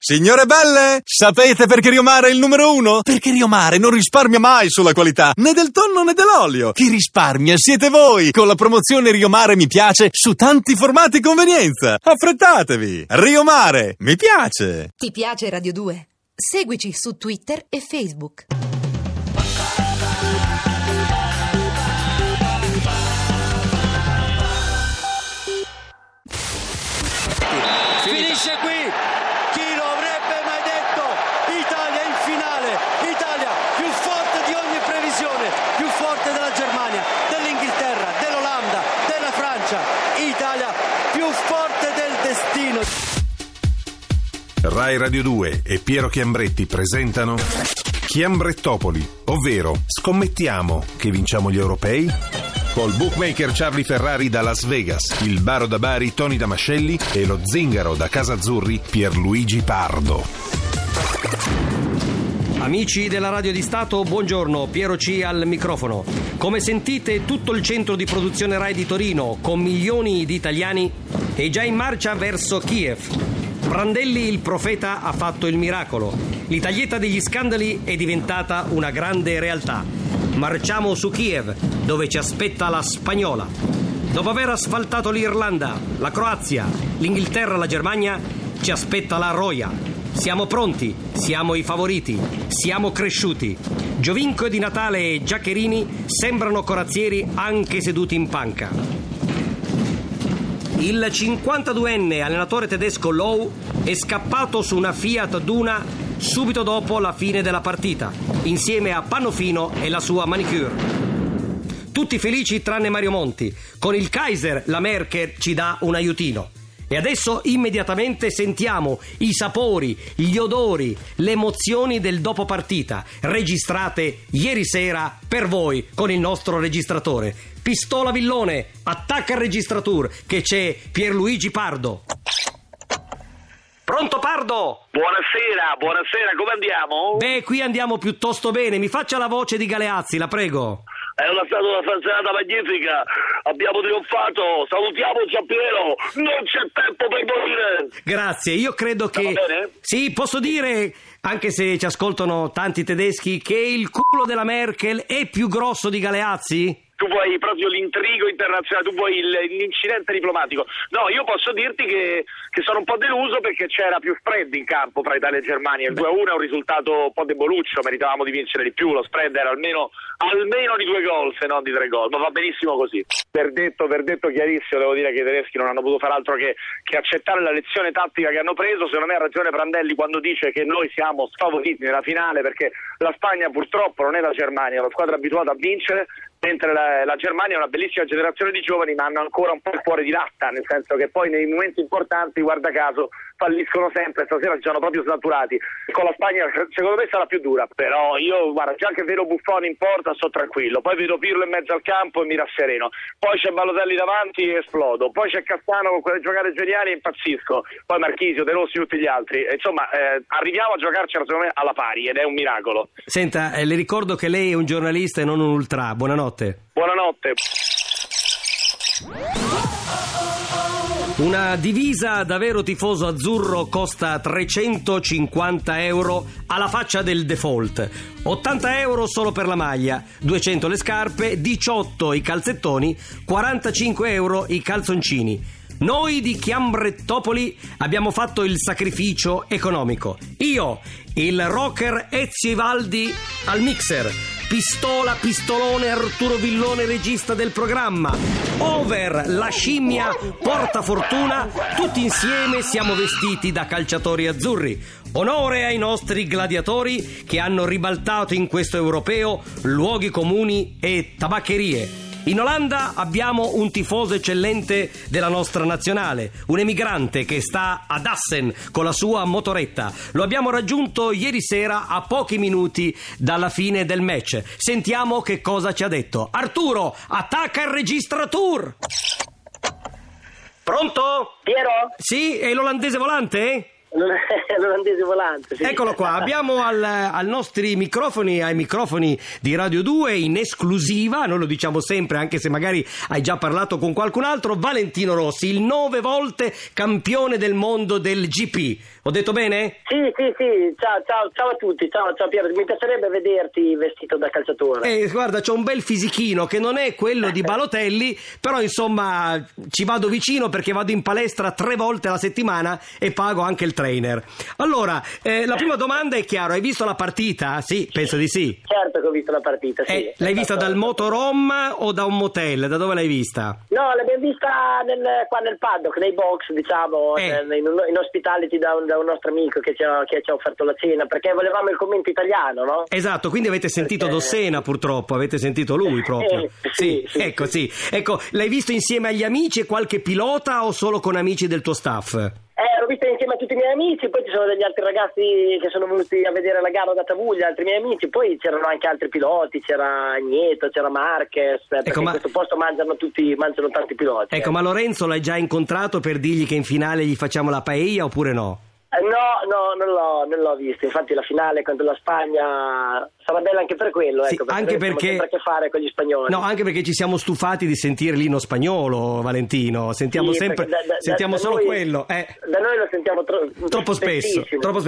Signore belle, sapete perché Rio Mare è il numero 1? Perché Rio Mare non risparmia mai sulla qualità, né del tonno né dell'olio. Chi risparmia siete voi, con la promozione Rio Mare mi piace su tanti formati convenienza. Affrettatevi! Rio Mare, mi piace! Ti piace Radio 2? Seguici su Twitter e Facebook. Finisce qui, chi lo avrebbe mai detto? Italia in finale, Italia più forte di ogni previsione, più forte della Germania, dell'Inghilterra, dell'Olanda, della Francia, Italia più forte del destino. Rai Radio 2 e Piero Chiambretti presentano Chiambrettopoli, ovvero scommettiamo che vinciamo gli europei? Col bookmaker Charlie Ferrari da Las Vegas, il Baro da Bari Tony Damascelli e lo zingaro da Casa Azzurri Pierluigi Pardo. Amici della Radio di Stato, buongiorno, Piero C. al microfono. Come sentite, tutto il centro di produzione Rai di Torino, con milioni di italiani, è già in marcia verso Kiev. Prandelli, il profeta, ha fatto il miracolo. L'Italietta degli scandali è diventata una grande realtà. Marciamo su Kiev, dove ci aspetta la Spagnola. Dopo aver asfaltato l'Irlanda, la Croazia, l'Inghilterra, la Germania, ci aspetta la Roja. Siamo pronti, siamo i favoriti, siamo cresciuti. Giovinco di Natale e Giaccherini sembrano corazzieri anche seduti in panca. Il 52enne allenatore tedesco Low è scappato su una Fiat Duna subito dopo la fine della partita, insieme a Pannofino e la sua manicure. Tutti felici tranne Mario Monti. Con il Kaiser la Merkel ci dà un aiutino. E adesso immediatamente sentiamo i sapori, gli odori, le emozioni del dopo partita, registrate ieri sera per voi con il nostro registratore. Pistola Villone, attacca il registratur, che c'è Pierluigi Pardo. Pronto Pardo? Buonasera, come andiamo? Beh, qui andiamo piuttosto bene, mi faccia la voce di Galeazzi, la prego. È stata una serata magnifica, abbiamo trionfato, salutiamo Giampiero, non c'è tempo per morire. Grazie, io credo che... Va bene? Sì, posso dire, anche se ci ascoltano tanti tedeschi, che il culo della Merkel è più grosso di Galeazzi? Tu vuoi proprio l'intrigo internazionale, tu vuoi l'incidente diplomatico. No, io posso dirti che sono un po' deluso perché c'era più spread in campo tra Italia e Germania. Il 2-1 è un risultato un po' deboluccio, meritavamo di vincere di più, lo spread era almeno di 2 gol, se non di 3 gol, ma va benissimo così. Verdetto chiarissimo, devo dire che i tedeschi non hanno potuto fare altro che accettare la lezione tattica che hanno preso. Secondo me ha ragione Prandelli quando dice che noi siamo sfavoriti nella finale, perché la Spagna purtroppo non è la Germania, è una squadra abituata a vincere, mentre la Germania è una bellissima generazione di giovani, ma hanno ancora un po' il cuore di latta, nel senso che poi nei momenti importanti, guarda caso, falliscono sempre. Stasera ci hanno proprio snaturati. Con la Spagna secondo me sarà più dura, però io, guarda, già che vedo Buffon in porta sto tranquillo, poi vedo Pirlo in mezzo al campo e mi rassereno, poi c'è Balotelli davanti e esplodo, poi c'è Castano con quelle giocate geniali e impazzisco, poi Marchisio, De Rossi, tutti gli altri. Insomma, arriviamo a giocarcela secondo me alla pari ed è un miracolo. Senta, le ricordo che lei è un giornalista e non un ultra. Buonanotte. Buonanotte. Una divisa da vero tifoso azzurro costa 350 euro alla faccia del default, 80 euro solo per la maglia, 200 le scarpe, 18 i calzettoni, 45 euro i calzoncini. Noi di Chiambrettopoli abbiamo fatto il sacrificio economico. Io, il rocker Ezio Ivaldi al mixer, Pistola, Pistolone, Arturo Villone, regista del programma, Over, la scimmia, Portafortuna, tutti insieme siamo vestiti da calciatori azzurri. Onore ai nostri gladiatori che hanno ribaltato in questo europeo luoghi comuni e tabaccherie. In Olanda abbiamo un tifoso eccellente della nostra nazionale, un emigrante che sta ad Assen con la sua motoretta. Lo abbiamo raggiunto ieri sera a pochi minuti dalla fine del match. Sentiamo che cosa ci ha detto. Arturo, attacca il registratur! Pronto? Piero? Sì, è l'olandese volante? l'olandese volante, sì. Eccolo qua, abbiamo ai microfoni di Radio 2 in esclusiva, noi lo diciamo sempre anche se magari hai già parlato con qualcun altro, Valentino Rossi, il 9 volte campione del mondo del GP. Ho detto bene? Sì, ciao a tutti, ciao Piero, mi piacerebbe vederti vestito da calciatore. Guarda, c'ho un bel fisichino che non è quello di Balotelli, però insomma ci vado vicino perché vado in palestra 3 volte alla settimana e pago anche il trainer. Allora, la prima domanda è chiaro, hai visto la partita? Sì, penso di sì. Certo che ho visto la partita, sì. L'hai vista dal motorhome o da un motel? Da dove l'hai vista? No, l'abbiamo vista qua nel paddock, nei box, diciamo, in hospitality da un nostro amico che ci ha offerto la cena, perché volevamo il commento italiano, no? Esatto, quindi avete sentito Dossena purtroppo, avete sentito lui proprio. Sì. Ecco, l'hai visto insieme agli amici e qualche pilota o solo con amici del tuo staff? L'ho vista insieme a tutti i miei amici, poi ci sono degli altri ragazzi che sono venuti a vedere la gara da Tavuglia, altri miei amici, poi c'erano anche altri piloti, c'era Agneto, c'era Marquez, perché in questo posto mangiano tanti piloti. Ecco, ma Lorenzo l'hai già incontrato per dirgli che in finale gli facciamo la paella oppure no? No, non l'ho visto. Infatti la finale contro la Spagna sarà bella anche per quello, sì, ecco, anche perché sempre a che fare con gli spagnoli. No, anche perché ci siamo stufati di sentire l'inno spagnolo, Valentino. Sentiamo sempre sentiamo solo noi, quello. Da noi lo sentiamo troppo spesso.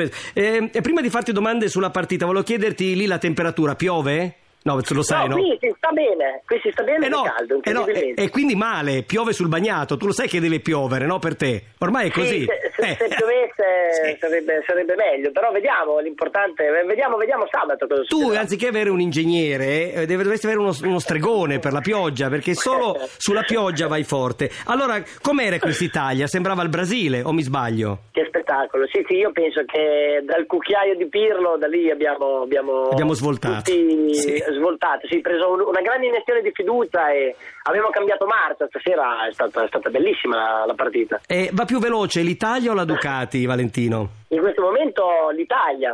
E prima di farti domande sulla partita, volevo chiederti lì la temperatura, piove? No, lo sai, no? Qui si sta bene, è caldo, incredibilmente. E quindi male, piove sul bagnato, tu lo sai che deve piovere, no, per te? Ormai è così. Sì, se piovesse sarebbe meglio, però vediamo, l'importante, vediamo sabato cosa succederà. Tu, anziché avere un ingegnere, dovresti avere uno stregone per la pioggia, perché solo sulla pioggia vai forte. Allora, com'era quest'Italia? Sembrava il Brasile, o mi sbaglio? Che spettacolo, sì, io penso che dal cucchiaio di Pirlo, da lì abbiamo svoltato. Svoltato, sì, preso una grande iniezione di fiducia e abbiamo cambiato marcia. Stasera è stata bellissima la partita. Va più veloce l'Italia o la Ducati, Valentino? In questo momento l'Italia.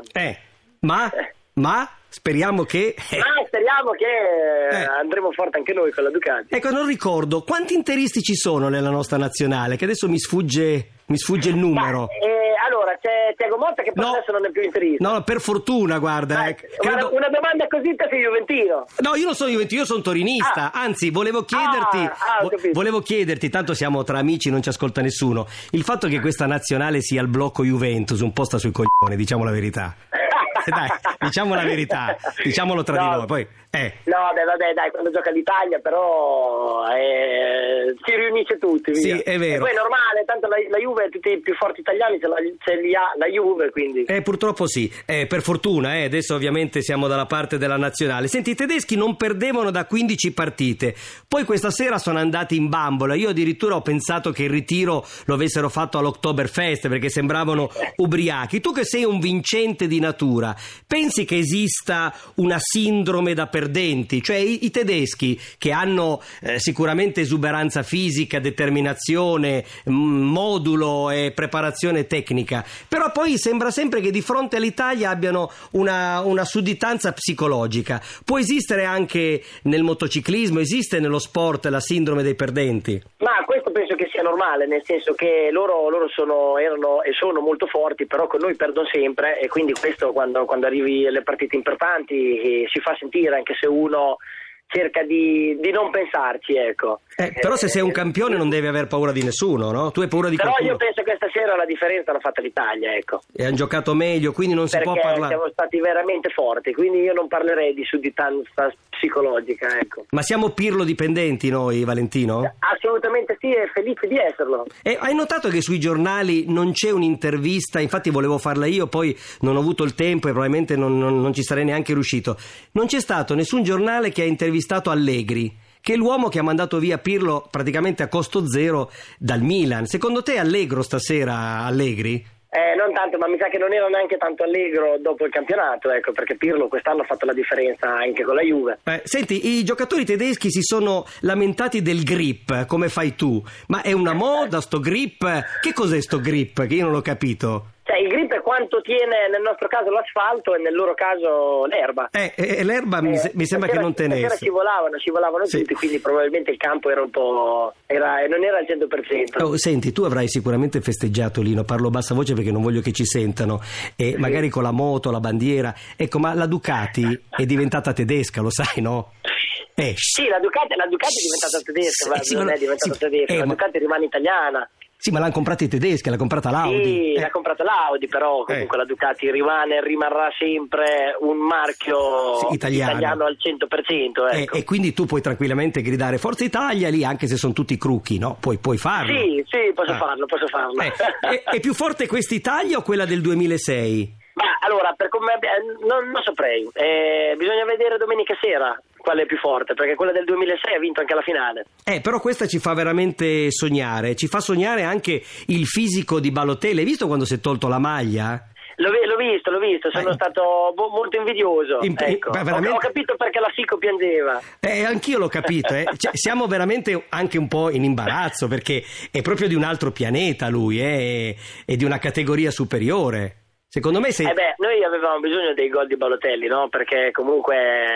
Ma speriamo che andremo forte anche noi con la Ducati. Ecco, non ricordo quanti interisti ci sono nella nostra nazionale, che adesso mi sfugge il numero. Allora, c'è Thiago Motta che adesso non è più interista. No, per fortuna, guarda. Una domanda così, te sei juventino? No, io non sono juventino, io sono torinista. Anzi, volevo chiederti, tanto siamo tra amici, non ci ascolta nessuno, il fatto che questa nazionale sia il blocco Juventus un po' sta sui coglioni, diciamo la verità. Dai, diciamo la verità, diciamolo tra di noi, poi. No, dai, quando gioca l'Italia però si riunisce tutti. Via. Sì, è vero. E poi è normale, tanto la Juve, tutti i più forti italiani ce li ha la Juve, quindi. Purtroppo sì, per fortuna, adesso ovviamente siamo dalla parte della nazionale. Senti, i tedeschi non perdevano da 15 partite, poi questa sera sono andati in bambola. Io addirittura ho pensato che il ritiro lo avessero fatto all'Oktoberfest perché sembravano ubriachi. Tu che sei un vincente di natura, pensi che esista una sindrome da perdenti? Cioè i tedeschi che hanno sicuramente esuberanza fisica, determinazione, modulo e preparazione tecnica, però poi sembra sempre che di fronte all'Italia abbiano una sudditanza psicologica. Può esistere anche nel motociclismo, esiste nello sport la sindrome dei perdenti? Ma questo penso che sia normale, nel senso che loro erano e sono molto forti, però con noi perdono sempre, e quindi questo quando arrivi alle partite importanti si fa sentire, anche se uno cerca di non pensarci, ecco. Però se sei un campione non devi aver paura di nessuno, no? Tu hai paura di qualcuno. Però io penso che stasera la differenza l'ha fatta l'Italia, ecco. E hanno giocato meglio, quindi non si può parlare. Perché siamo stati veramente forti, quindi io non parlerei di sudditanza psicologica, ecco. Ma siamo Pirlo dipendenti noi, Valentino? Assolutamente sì, e felici di esserlo. E hai notato che sui giornali non c'è un'intervista? Infatti volevo farla io, poi non ho avuto il tempo e probabilmente non ci sarei neanche riuscito. Non c'è stato nessun giornale che ha intervistato Allegri, che è l'uomo che ha mandato via Pirlo praticamente a costo zero dal Milan. Secondo te è allegro stasera Allegri? Non tanto, ma mi sa che non era neanche tanto allegro dopo il campionato, ecco, perché Pirlo quest'anno ha fatto la differenza anche con la Juve. Senti, i giocatori tedeschi si sono lamentati del grip, come fai tu, ma è una moda sto grip? Che cos'è sto grip? Che io non l'ho capito. Il grip è quanto tiene nel nostro caso l'asfalto e nel loro caso l'erba. L'erba mi sembra che non tenesse. Scivolavano sì. tutti, quindi probabilmente il campo era un po'... non era al 100%. Oh, senti, tu avrai sicuramente festeggiato, Lino, parlo a bassa voce perché non voglio che ci sentano, e magari con la moto, la bandiera, ecco, ma la Ducati è diventata tedesca, lo sai, no? Sì, la Ducati è diventata tedesca, non è diventata tedesca, la Ducati rimane italiana. Sì, ma l'hanno comprata i tedeschi, l'ha comprata l'Audi. Sì, l'ha comprata l'Audi, però comunque la Ducati rimarrà sempre un marchio italiano al 100%. Ecco. E quindi tu puoi tranquillamente gridare Forza Italia lì, anche se sono tutti crucchi, no? Puoi farlo. Sì, posso farlo. È più forte quest'Italia o quella del 2006? Ma allora, non saprei. Bisogna vedere domenica sera quale è più forte, perché quella del 2006 ha vinto anche la finale. Però questa ci fa veramente sognare, ci fa sognare anche il fisico di Balotelli. Hai visto quando si è tolto la maglia? L'ho visto, sono stato molto invidioso. Ecco. Ho capito perché la Fico piangeva. Anch'io l'ho capito. Siamo veramente anche un po' in imbarazzo, perché è proprio di un altro pianeta lui, è di una categoria superiore. Secondo me noi avevamo bisogno dei gol di Balotelli, no? Perché comunque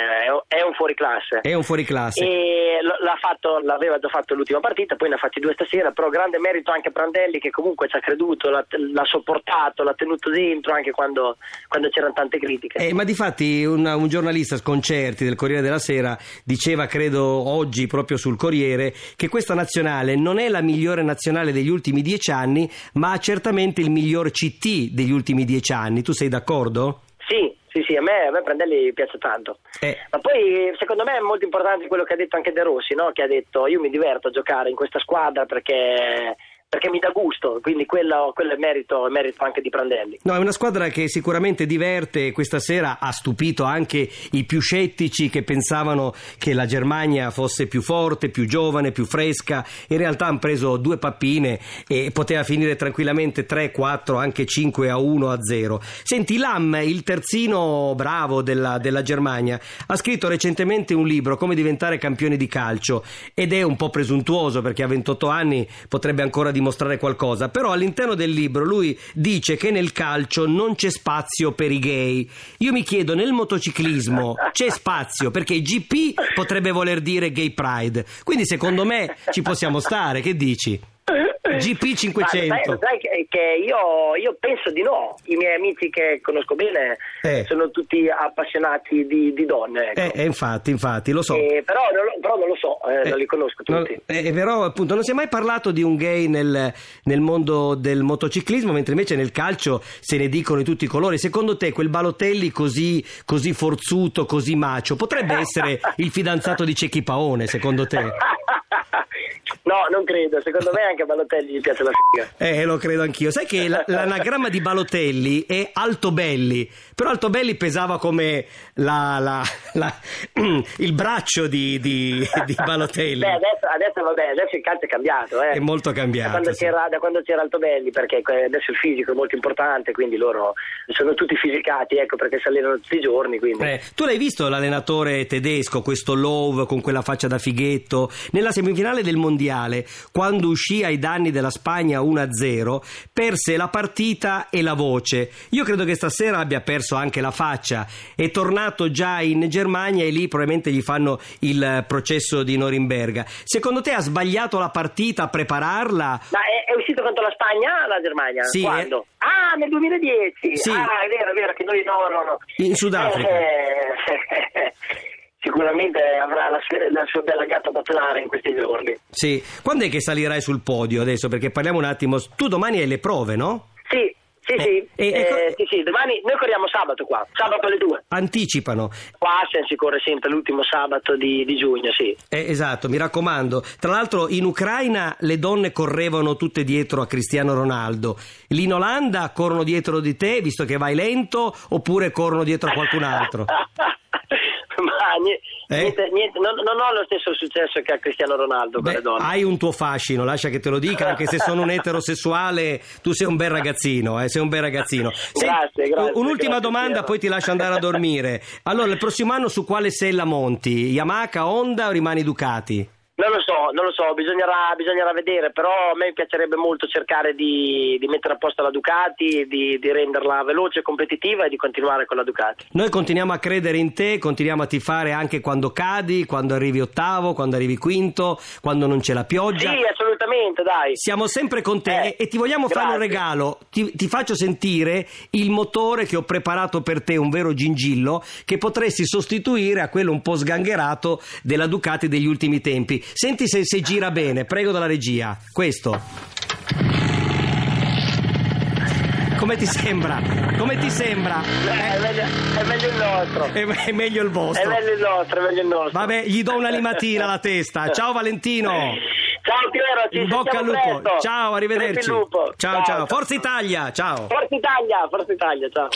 è un fuoriclasse. È un fuoriclasse. E l'aveva già fatto l'ultima partita, poi ne ha fatti 2 stasera, però grande merito anche a Prandelli, che comunque ci ha creduto, l'ha sopportato, l'ha tenuto dentro anche quando c'erano tante critiche. Ma difatti un giornalista Sconcerti del Corriere della Sera diceva, credo oggi proprio sul Corriere, che questa nazionale non è la migliore nazionale degli ultimi 10 anni, ma certamente il miglior CT degli ultimi 10 anni. Tu sei d'accordo? Sì, a me Prandelli piace tanto. Ma poi secondo me è molto importante quello che ha detto anche De Rossi, no? Che ha detto: io mi diverto a giocare in questa squadra perché mi dà gusto, quindi quello è merito anche di Prandelli. No, è una squadra che sicuramente diverte, e questa sera ha stupito anche i più scettici che pensavano che la Germania fosse più forte, più giovane, più fresca. In realtà hanno preso 2 pappine e poteva finire tranquillamente 3-4, anche 5-1-0. Senti, Lam, il terzino bravo della Germania, ha scritto recentemente un libro, Come diventare campioni di calcio, ed è un po' presuntuoso perché a 28 anni potrebbe ancora dimostrare qualcosa, però all'interno del libro lui dice che nel calcio non c'è spazio per i gay. Io mi chiedo, nel motociclismo c'è spazio? Perché GP potrebbe voler dire Gay Pride, quindi secondo me ci possiamo stare, che dici? GP 500. Sai che io penso di no. I miei amici che conosco bene sono tutti appassionati di donne, ecco. Infatti lo so. Però non lo so, non li conosco tutti. Però appunto non si è mai parlato di un gay nel mondo del motociclismo, mentre invece nel calcio se ne dicono di tutti i colori. Secondo te quel Balotelli così forzuto, così macio, potrebbe essere il fidanzato di Cecchi Paone, secondo te? No, non credo, secondo me anche a Balotelli gli piace la figa. Lo credo anch'io. Sai che l'anagramma di Balotelli è Altobelli, però Altobelli pesava come il braccio di Balotelli. Adesso il calcio è cambiato. È molto cambiato. Da quando c'era Altobelli, perché adesso il fisico è molto importante, quindi loro sono tutti fisicati, ecco, perché si allenano tutti i giorni. Quindi. Tu l'hai visto l'allenatore tedesco, questo Löw con quella faccia da fighetto, nella semifinale del mondiale, quando uscì ai danni della Spagna 1-0, perse la partita e la voce. Io credo che stasera abbia perso anche la faccia. È tornato già in Germania e lì probabilmente gli fanno il processo di Norimberga. Secondo te ha sbagliato la partita a prepararla? Ma è uscito contro la Spagna la Germania? Sì. Quando? Nel 2010. Sì. È vero che noi no. In Sudafrica. Sicuramente avrà la sua bella gatta da pelare in questi giorni. Sì. Quando è che salirai sul podio adesso? Perché parliamo un attimo. Tu domani hai le prove, no? Sì. Sì, domani noi corriamo sabato alle 2. Anticipano. Qua si corre sempre l'ultimo sabato di giugno, sì. Esatto, mi raccomando. Tra l'altro in Ucraina le donne correvano tutte dietro a Cristiano Ronaldo. Lì in Olanda corrono dietro di te, visto che vai lento, oppure corrono dietro a qualcun altro? Niente, non ho lo stesso successo che a Cristiano Ronaldo con le donne. Hai un tuo fascino, lascia che te lo dica, anche se sono un eterosessuale, tu sei un bel ragazzino, sei un bel ragazzino. Grazie. Un'ultima domanda, poi ti lascio andare a dormire. Allora, il prossimo anno su quale sella monti? Yamaha, Honda o rimani Ducati? Non lo so, bisognerà vedere, però a me piacerebbe molto cercare di mettere a posto la Ducati, di renderla veloce e competitiva e di continuare con la Ducati. Noi continuiamo a credere in te, continuiamo a tifare anche quando cadi, quando arrivi ottavo, quando arrivi quinto, quando non c'è la pioggia. Sì, assolutamente, dai. Siamo sempre con te e ti vogliamo fare un regalo. Ti faccio sentire il motore che ho preparato per te, un vero gingillo, che potresti sostituire a quello un po' sgangherato della Ducati degli ultimi tempi. Senti se gira bene, prego dalla regia. Questo. Come ti sembra? È meglio il nostro. È meglio il vostro. È meglio il nostro. Vabbè, gli do una limatina alla testa. Ciao Valentino. Ciao Piero, ci in bocca al lupo. presto. Ciao, arrivederci. Ciao. Forza Italia, ciao. Forza Italia, ciao.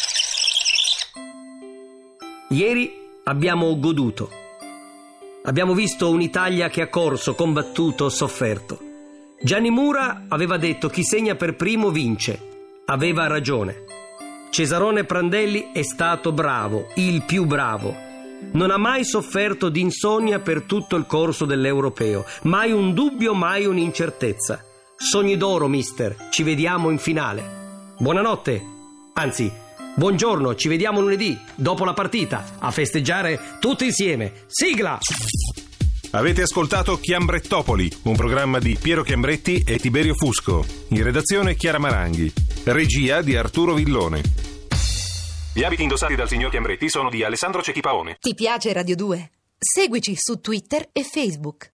Ieri abbiamo goduto. Abbiamo visto un'Italia che ha corso, combattuto, sofferto. Gianni Mura aveva detto: chi segna per primo vince. Aveva ragione. Cesarone Prandelli è stato bravo, il più bravo. Non ha mai sofferto di insonnia per tutto il corso dell'Europeo. Mai un dubbio, mai un'incertezza. Sogni d'oro, mister. Ci vediamo in finale. Buonanotte. Anzi, buongiorno, ci vediamo lunedì, dopo la partita, a festeggiare tutti insieme. Sigla! Avete ascoltato Chiambrettopoli, un programma di Piero Chiambretti e Tiberio Fusco. In redazione Chiara Maranghi. Regia di Arturo Villone. Gli abiti indossati dal signor Chiambretti sono di Alessandro Cecchi Paone. Ti piace Radio 2? Seguici su Twitter e Facebook.